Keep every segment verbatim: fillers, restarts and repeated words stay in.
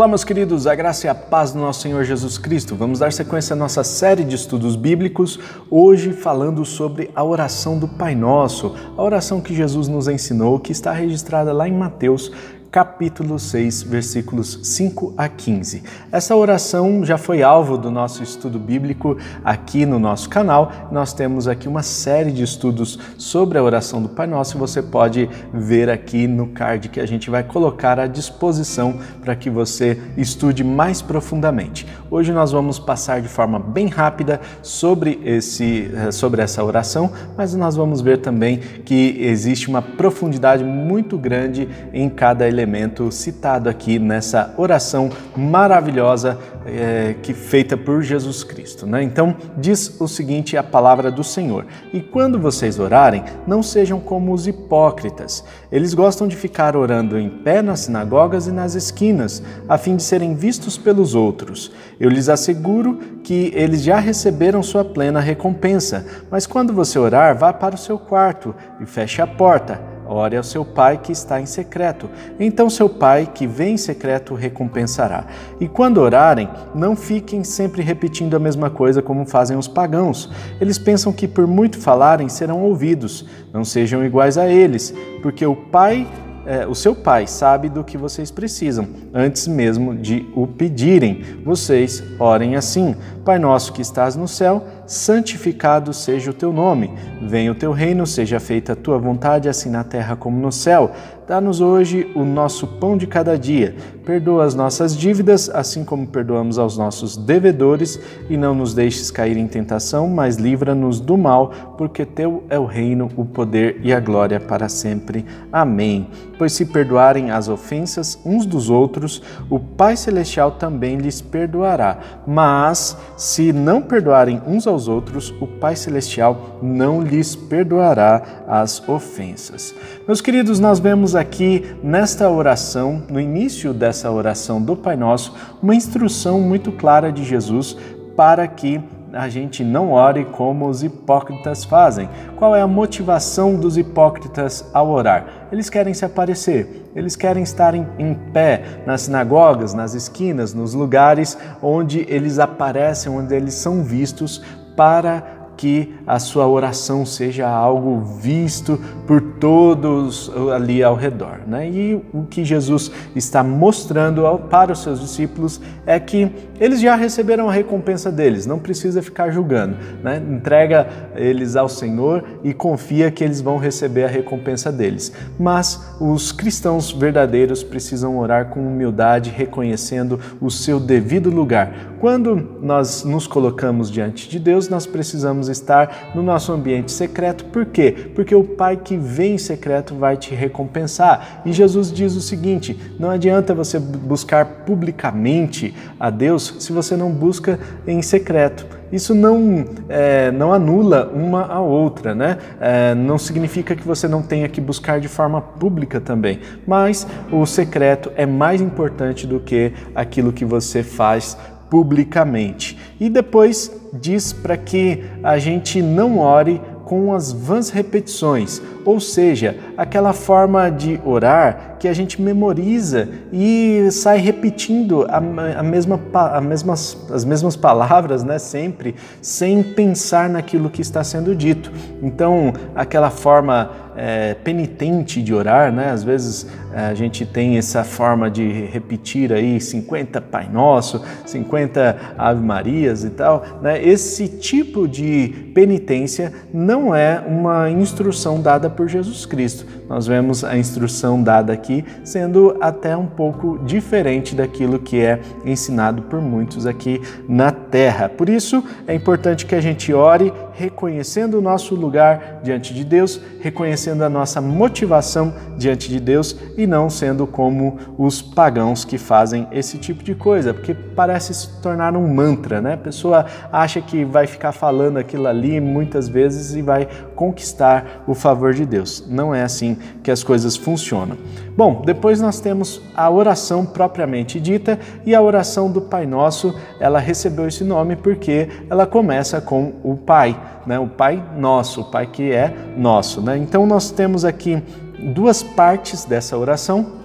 Olá, meus queridos, a graça e a paz do nosso Senhor Jesus Cristo. Vamos dar sequência à nossa série de estudos bíblicos, hoje falando sobre a oração do Pai Nosso, a oração que Jesus nos ensinou, que está registrada lá em Mateus, capítulo seis, versículos cinco a quinze. Essa oração já foi alvo do nosso estudo bíblico aqui no nosso canal. Nós temos aqui uma série de estudos sobre a oração do Pai Nosso e você pode ver aqui no card que a gente vai colocar à disposição para que você estude mais profundamente. Hoje nós vamos passar de forma bem rápida sobre, esse, sobre essa oração, mas nós vamos ver também que existe uma profundidade muito grande em cada elemento elemento citado aqui nessa oração maravilhosa é, que feita por Jesus Cristo, né? Então diz o seguinte a palavra do Senhor: e quando vocês orarem, não sejam como os hipócritas. Eles gostam de ficar orando em pé nas sinagogas e nas esquinas, a fim de serem vistos pelos outros. Eu lhes asseguro que eles já receberam sua plena recompensa. Mas quando você orar, vá para o seu quarto e feche a porta. Ore ao seu Pai que está em secreto. Então seu Pai que vem em secreto recompensará. E quando orarem, não fiquem sempre repetindo a mesma coisa como fazem os pagãos. Eles pensam que por muito falarem serão ouvidos. Não sejam iguais a eles, porque o Pai, é, o seu Pai sabe do que vocês precisam, antes mesmo de o pedirem. Vocês orem assim: Pai nosso que estás no céu, santificado seja o teu nome. Venha o teu reino, seja feita a tua vontade, assim na terra como no céu. Dá-nos hoje o nosso pão de cada dia. Perdoa as nossas dívidas, assim como perdoamos aos nossos devedores, e não nos deixes cair em tentação, mas livra-nos do mal, porque teu é o reino, o poder e a glória para sempre. Amém. Pois se perdoarem as ofensas uns dos outros, o Pai Celestial também lhes perdoará. Mas se não perdoarem uns aos outros, o Pai Celestial não lhes perdoará as ofensas. Meus queridos, nós vemos aqui nesta oração, no início dessa oração do Pai Nosso, uma instrução muito clara de Jesus para que a gente não ore como os hipócritas fazem. Qual é a motivação dos hipócritas ao orar? Eles querem se aparecer, eles querem estar em, em pé nas sinagogas, nas esquinas, nos lugares onde eles aparecem, onde eles são vistos, para que a sua oração seja algo visto por todos ali ao redor, né? E o que Jesus está mostrando para os seus discípulos é que eles já receberam a recompensa deles, não precisa ficar julgando, né? Entrega eles ao Senhor e confia que eles vão receber a recompensa deles. Mas os cristãos verdadeiros precisam orar com humildade, reconhecendo o seu devido lugar. Quando nós nos colocamos diante de Deus, nós precisamos estar no nosso ambiente secreto. Por quê? Porque o Pai que vem em secreto vai te recompensar. E Jesus diz o seguinte: não adianta você buscar publicamente a Deus se você não busca em secreto. Isso não, é, não anula uma a outra, né? É, não significa que você não tenha que buscar de forma pública também, mas o secreto é mais importante do que aquilo que você faz publicamente. E depois diz para que a gente não ore com as vãs repetições, ou seja, aquela forma de orar que a gente memoriza e sai repetindo a, a mesma, a mesmas, as mesmas palavras, né, sempre, sem pensar naquilo que está sendo dito. Então, aquela forma é, penitente de orar, né, às vezes a gente tem essa forma de repetir aí cinquenta Pai Nosso, cinquenta Ave Marias e tal, né? Esse tipo de penitência não é uma instrução dada por Jesus Cristo. Nós vemos a instrução dada aqui sendo até um pouco diferente daquilo que é ensinado por muitos aqui na Terra. Por isso, é importante que a gente ore reconhecendo o nosso lugar diante de Deus, reconhecendo a nossa motivação diante de Deus e não sendo como os pagãos que fazem esse tipo de coisa, porque parece se tornar um mantra, né? A pessoa acha que vai ficar falando aquilo ali muitas vezes e vai conquistar o favor de Deus. Não é assim que as coisas funcionam. Bom, depois nós temos a oração propriamente dita, e a oração do Pai Nosso, ela recebeu esse nome porque ela começa com o Pai, né? O Pai Nosso, o Pai que é nosso, né? Então nós temos aqui duas partes dessa oração.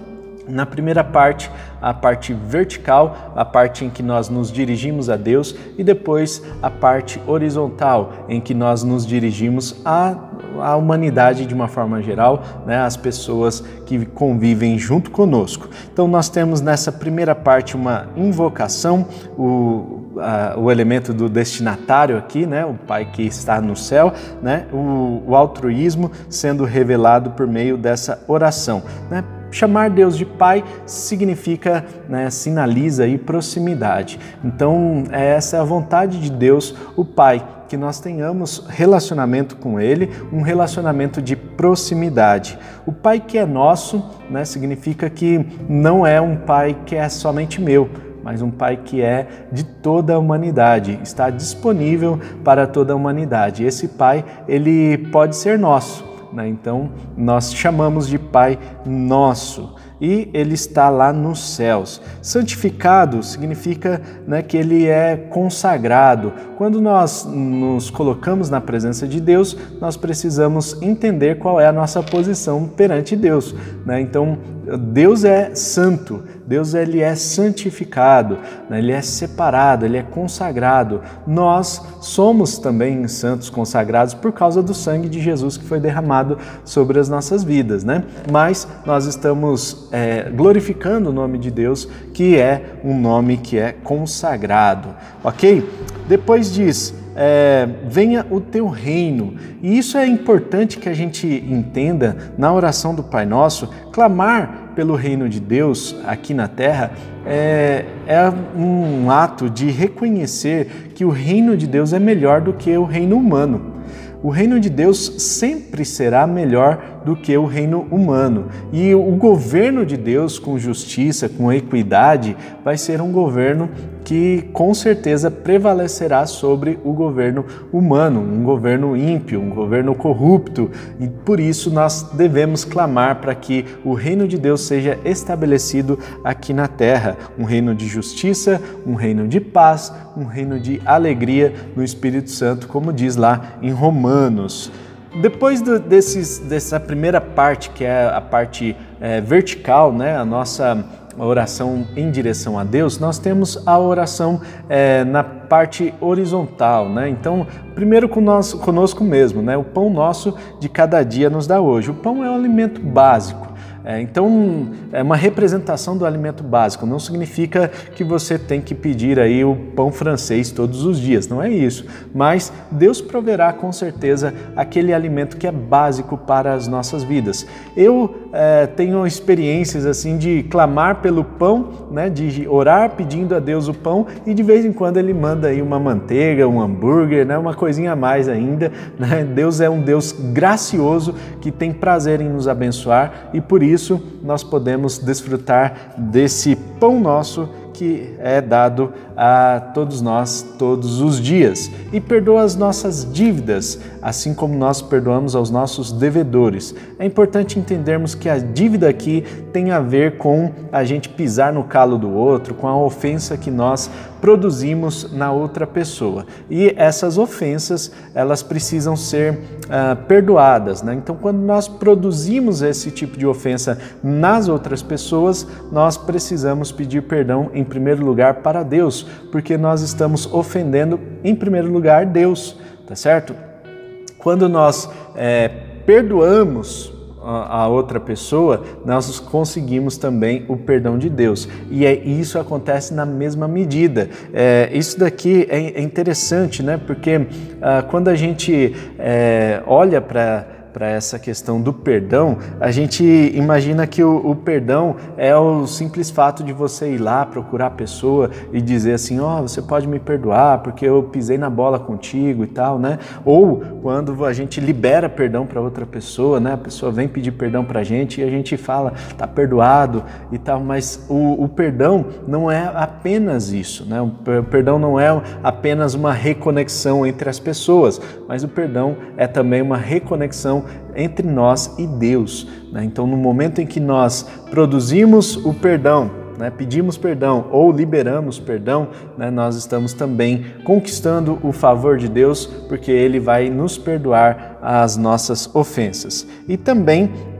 Na primeira parte, a parte vertical, a parte em que nós nos dirigimos a Deus, e depois a parte horizontal, em que nós nos dirigimos à, à humanidade de uma forma geral, né, às pessoas que convivem junto conosco. Então nós temos nessa primeira parte uma invocação, o, a, o elemento do destinatário aqui, né, o Pai que está no céu, né, o, o altruísmo sendo revelado por meio dessa oração, né? Chamar Deus de Pai significa, né, sinaliza aí proximidade. Então, essa é a vontade de Deus, o Pai, que nós tenhamos relacionamento com Ele, um relacionamento de proximidade. O Pai que é nosso, né, significa que não é um Pai que é somente meu, mas um Pai que é de toda a humanidade, está disponível para toda a humanidade. Esse Pai, ele pode ser nosso. Então, nós chamamos de Pai Nosso e Ele está lá nos céus. Santificado significa, né, que Ele é consagrado. Quando nós nos colocamos na presença de Deus, nós precisamos entender qual é a nossa posição perante Deus, né? Então, Deus é santo, Deus ele é santificado, né? Ele é separado, Ele é consagrado. Nós somos também santos consagrados por causa do sangue de Jesus que foi derramado sobre as nossas vidas, né? Mas nós estamos é, glorificando o nome de Deus, que é um nome que é consagrado, ok? Depois diz, É, venha o teu reino. E isso é importante que a gente entenda na oração do Pai Nosso. Clamar pelo reino de Deus aqui na terra é, é um ato de reconhecer que o reino de Deus é melhor do que o reino humano. O reino de Deus sempre será melhor do que o reino humano. E o governo de Deus com justiça, com equidade, vai ser um governo que com certeza prevalecerá sobre o governo humano, um governo ímpio, um governo corrupto. E por isso nós devemos clamar para que o reino de Deus seja estabelecido aqui na terra. Um reino de justiça, um reino de paz, um reino de alegria no Espírito Santo, como diz lá em Romanos. Depois do, desses, dessa primeira parte, que é a parte é, vertical, né, a nossa oração em direção a Deus, nós temos a oração é, na parte horizontal, né? Então, primeiro com nós, conosco mesmo, né? O pão nosso de cada dia nos dá hoje. O pão é um alimento básico. É, então, é uma representação do alimento básico, não significa que você tem que pedir aí o pão francês todos os dias, não é isso. Mas Deus proverá com certeza aquele alimento que é básico para as nossas vidas. Eu é, tenho experiências assim de clamar pelo pão, né, de orar pedindo a Deus o pão e de vez em quando Ele manda aí uma manteiga, um hambúrguer, né, uma coisinha a mais ainda, né? Deus é um Deus gracioso que tem prazer em nos abençoar e por isso Isso nós podemos desfrutar desse pão nosso que é dado a todos nós todos os dias. E perdoa as nossas dívidas, assim como nós perdoamos aos nossos devedores. É importante entendermos que a dívida aqui tem a ver com a gente pisar no calo do outro, com a ofensa que nós produzimos na outra pessoa. E essas ofensas, elas precisam ser uh, perdoadas, né? Então, quando nós produzimos esse tipo de ofensa nas outras pessoas, nós precisamos pedir perdão em primeiro lugar para Deus, porque nós estamos ofendendo em primeiro lugar Deus, tá certo? Quando nós é, perdoamos a outra pessoa, nós conseguimos também o perdão de Deus. E é, isso acontece na mesma medida. É, isso daqui é, é interessante, né? Porque ah, quando a gente é, olha para para essa questão do perdão, a gente imagina que o, o perdão é o simples fato de você ir lá procurar a pessoa e dizer assim, ó, oh, você pode me perdoar porque eu pisei na bola contigo e tal, né? Ou quando a gente libera perdão para outra pessoa, né? A pessoa vem pedir perdão para a gente e a gente fala, tá perdoado e tal, mas o, o perdão não é apenas isso, né? O perdão não é apenas uma reconexão entre as pessoas, mas o perdão é também uma reconexão entre nós e Deus, né? Então, no momento em que nós produzimos o perdão, né, pedimos perdão ou liberamos perdão, né, nós estamos também conquistando o favor de Deus, porque Ele vai nos perdoar as nossas ofensas. E também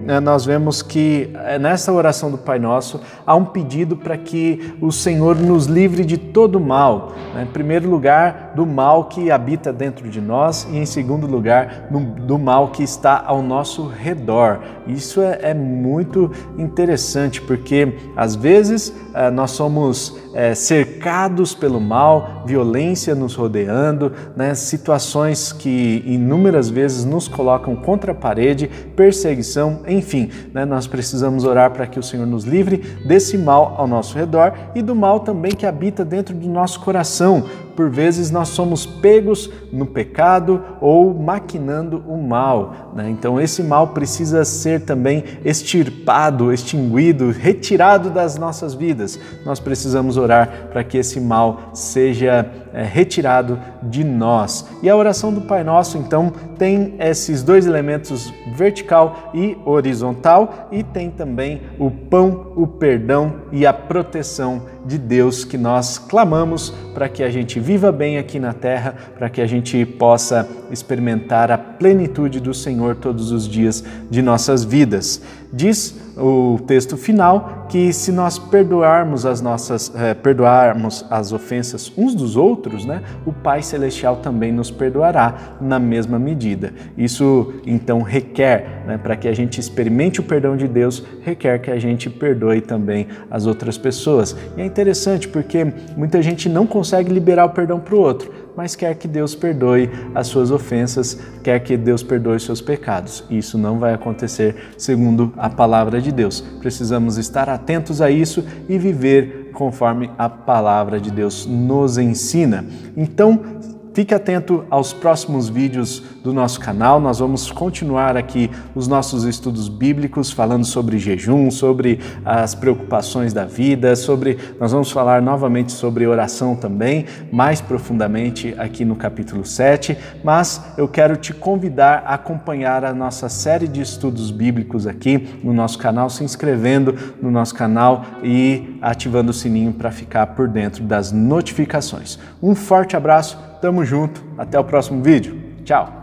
nós vemos que nessa oração do Pai Nosso há um pedido para que o Senhor nos livre de todo mal. Em primeiro lugar, do mal que habita dentro de nós e, em segundo lugar, do mal que está ao nosso redor. Isso é, é muito interessante, porque às vezes nós somos é, cercados pelo mal, violência nos rodeando, né, situações que inúmeras vezes nos colocam contra a parede, perseguição, enfim, né, nós precisamos orar para que o Senhor nos livre desse mal ao nosso redor e do mal também que habita dentro do nosso coração. Por vezes nós somos pegos no pecado ou maquinando o mal, né? Então esse mal precisa ser também extirpado, extinguido, retirado das nossas vidas. Nós precisamos orar para que esse mal seja é, retirado de nós. E a oração do Pai Nosso, então, tem esses dois elementos, vertical e horizontal, e tem também o pão, o perdão e a proteção de Deus que nós clamamos para que a gente viva bem aqui na terra, para que a gente possa experimentar a plenitude do Senhor todos os dias de nossas vidas. Diz o texto final que se nós perdoarmos as nossas, eh, perdoarmos as ofensas uns dos outros, né, o Pai Celestial também nos perdoará na mesma medida. Isso então requer, né, para que a gente experimente o perdão de Deus, requer que a gente perdoe também as outras pessoas. E é interessante porque muita gente não consegue liberar o perdão para o outro, mas quer que Deus perdoe as suas ofensas, quer que Deus perdoe os seus pecados. Isso não vai acontecer segundo a palavra de Deus. Precisamos estar atentos a isso e viver conforme a palavra de Deus nos ensina. Então, fique atento aos próximos vídeos do nosso canal. Nós vamos continuar aqui os nossos estudos bíblicos, falando sobre jejum, sobre as preocupações da vida, sobre... Nós vamos falar novamente sobre oração também, mais profundamente aqui no capítulo sete, mas eu quero te convidar a acompanhar a nossa série de estudos bíblicos aqui no nosso canal, se inscrevendo no nosso canal e ativando o sininho para ficar por dentro das notificações. Um forte abraço. Tamo junto, até o próximo vídeo. Tchau!